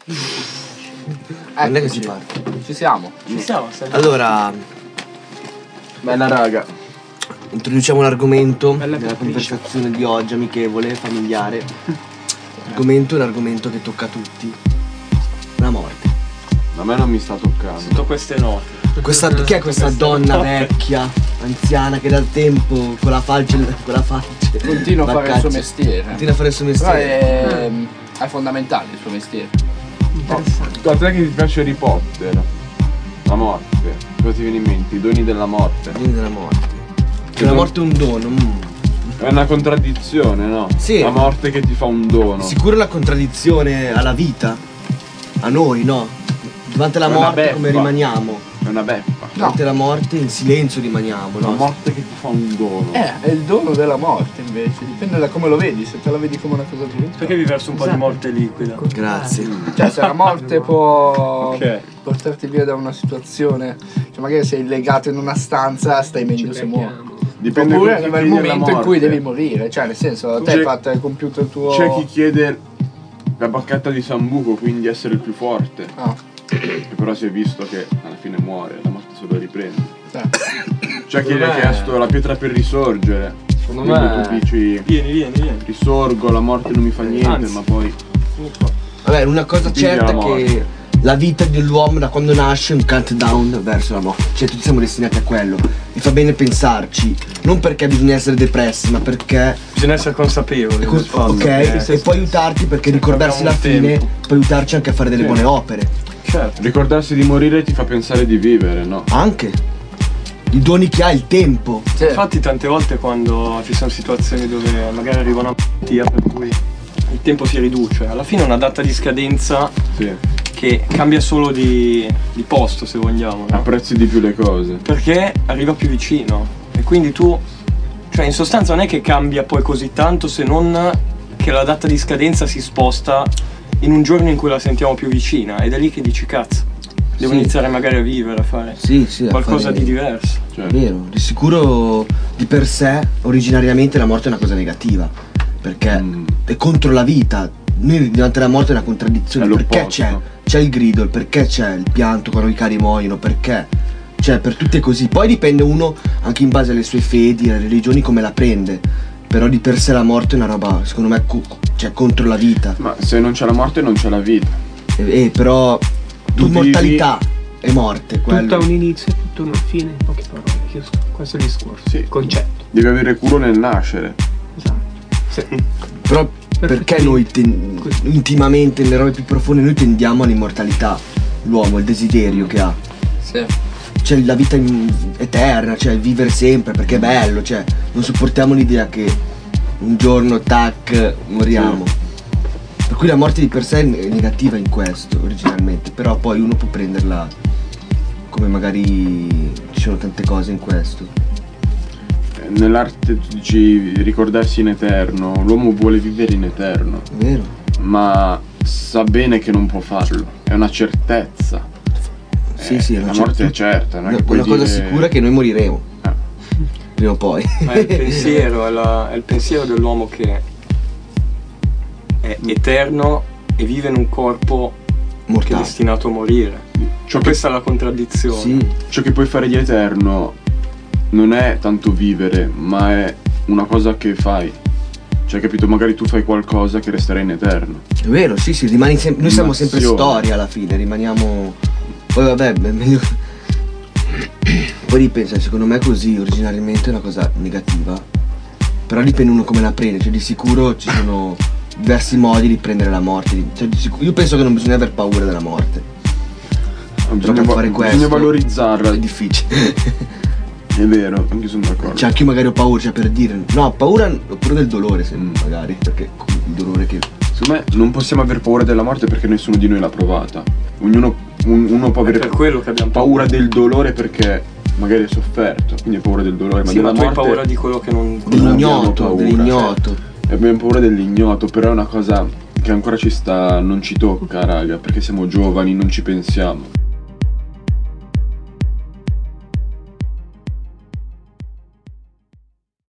Non è che si parte. Ci siamo. Allora, Bella raga. introduciamo l'argomento della conversazione di oggi, amichevole, familiare. L'argomento è un argomento che tocca a tutti. La morte. A me non mi sta toccando. Sotto queste note. Chi è questa donna vecchia, anziana, che dal tempo con la falce Continua a fare il suo mestiere. Continua a fare il suo Però mestiere. è fondamentale il suo mestiere. A te che ti piace Harry Potter? La morte. Cosa ti viene in mente? I doni della morte. Vieni della morte. Che la morte è un dono. È una contraddizione, no? Sì. La morte che ti fa un dono. Sicuro la contraddizione alla vita. A noi, no? Durante la È una morte beffa. come rimaniamo? È una beffa. Durante la morte in silenzio rimaniamo, La no? morte che ti fa un dono. È il dono della morte invece, dipende da come lo vedi, se te la vedi come una cosa brutta. Perché vi verso un po' di morte liquida? Grazie. Cioè se la morte può Ok. portarti via da una situazione, cioè magari sei legato in una stanza, stai meglio se muori. Dipende Oppure da chi arriva il chiede la momento in cui morte. devi morire, cioè nel senso te C'è- hai fatto, hai compiuto il tuo... C'è chi chiede la bacchetta di Sambuco, quindi essere il più forte. Ah, Che però si è visto che alla fine muore, la morte se lo riprende. sì. C'è chi gli ha me- chiesto la pietra per risorgere. Secondo Quindi me. tu dici Vieni. risorgo, la morte non mi fa niente, Anzi. ma poi Vabbè, una cosa Vivi certa la è che la vita dell'uomo da quando nasce è un countdown verso la morte. Cioè tutti siamo destinati a quello. Mi fa bene pensarci. Non perché bisogna essere depressi, ma perché Bisogna essere consapevoli del fatto ok, che- e può aiutarti perché ricordarsi la abbiamo fine tempo. può aiutarci anche a fare delle Sì. buone opere. Certo. ricordarsi di morire ti fa pensare di vivere, no? Anche i doni che ha il tempo. Sì. Infatti tante volte quando ci sono situazioni dove magari arriva una malattia per cui il tempo si riduce, alla fine è una data di scadenza Sì. che cambia solo di posto, se vogliamo, no? Apprezzi di più le cose. Perché arriva più vicino e quindi tu, cioè in sostanza non è che cambia poi così tanto, se non che la data di scadenza si sposta in un giorno in cui la sentiamo più vicina, ed è lì che dici cazzo, devo Sì. iniziare magari a vivere, a fare Sì, a qualcosa fare- di diverso. È Cioè, vero, di sicuro di per sé originariamente la morte è una cosa negativa, perché è contro la vita. Noi durante la morte è una contraddizione, È perché l'opposto. c'è il grido, il perché c'è il pianto quando i cari muoiono, perché? Cioè per tutte è così. Poi dipende uno anche in base alle sue fedi, alle religioni come la prende. Però di per sé la morte è una roba, secondo me, cioè contro la vita. ma se non c'è la morte non c'è la vita. Però Tu immortalità e morte, quello. Tutto ha un inizio e tutto una fine, in poche parole, giusto? Questo è il discorso. Sì. Il concetto. Devi avere culo nel nascere. Esatto. Sì. Però perché noi intimamente, nelle robe più profonde, noi tendiamo all'immortalità, l'uomo, il desiderio che ha. Sì. Cioè la vita eterna, cioè il vivere sempre, perché è bello, cioè non sopportiamo l'idea che un giorno, tac, moriamo. Per cui la morte di per sé è negativa in questo, originalmente, però poi uno può prenderla come magari ci sono tante cose in questo. Nell'arte tu dici ricordarsi in eterno, l'uomo vuole vivere in eterno, È vero? ma sa bene che non può farlo, è una certezza. Sì, è la una morte è certa, non è che puoi una cosa dire- sicura è che noi moriremo, prima o poi. Ma è il pensiero, è il pensiero dell'uomo che è eterno e vive in un corpo che è Mortale. destinato a morire. Ciò che, Questa è la contraddizione. Sì, ciò che puoi fare di eterno non è tanto vivere, ma è una cosa che fai. Cioè, capito? Magari tu fai qualcosa che resterà in eterno. è vero, sì, rimani noi siamo sempre Un'azione. storia alla fine, rimaniamo. Poi vabbè, è meglio. Poi dipende, secondo me così originariamente è una cosa negativa. Però dipende uno come la prende, cioè di sicuro ci sono diversi modi di prendere la morte. Cioè, io penso che non bisogna aver paura della morte. Bisogna, per fare questo bisogna valorizzarla. è difficile. È vero, anche io sono d'accordo. Cioè anche io magari ho paura, cioè per dire. No, paura oppure del dolore, se magari, perché il dolore che. Secondo me non possiamo aver paura della morte perché nessuno di noi l'ha provata. Uno può È avere per quello che abbiamo paura del dolore perché magari è sofferto, quindi ha paura del dolore, ma Sì, ma della tu hai morte paura di quello che non... Dell'ignoto, paura, dell'ignoto. abbiamo paura dell'ignoto, però è una cosa che ancora non ci tocca, raga, perché siamo giovani, non ci pensiamo.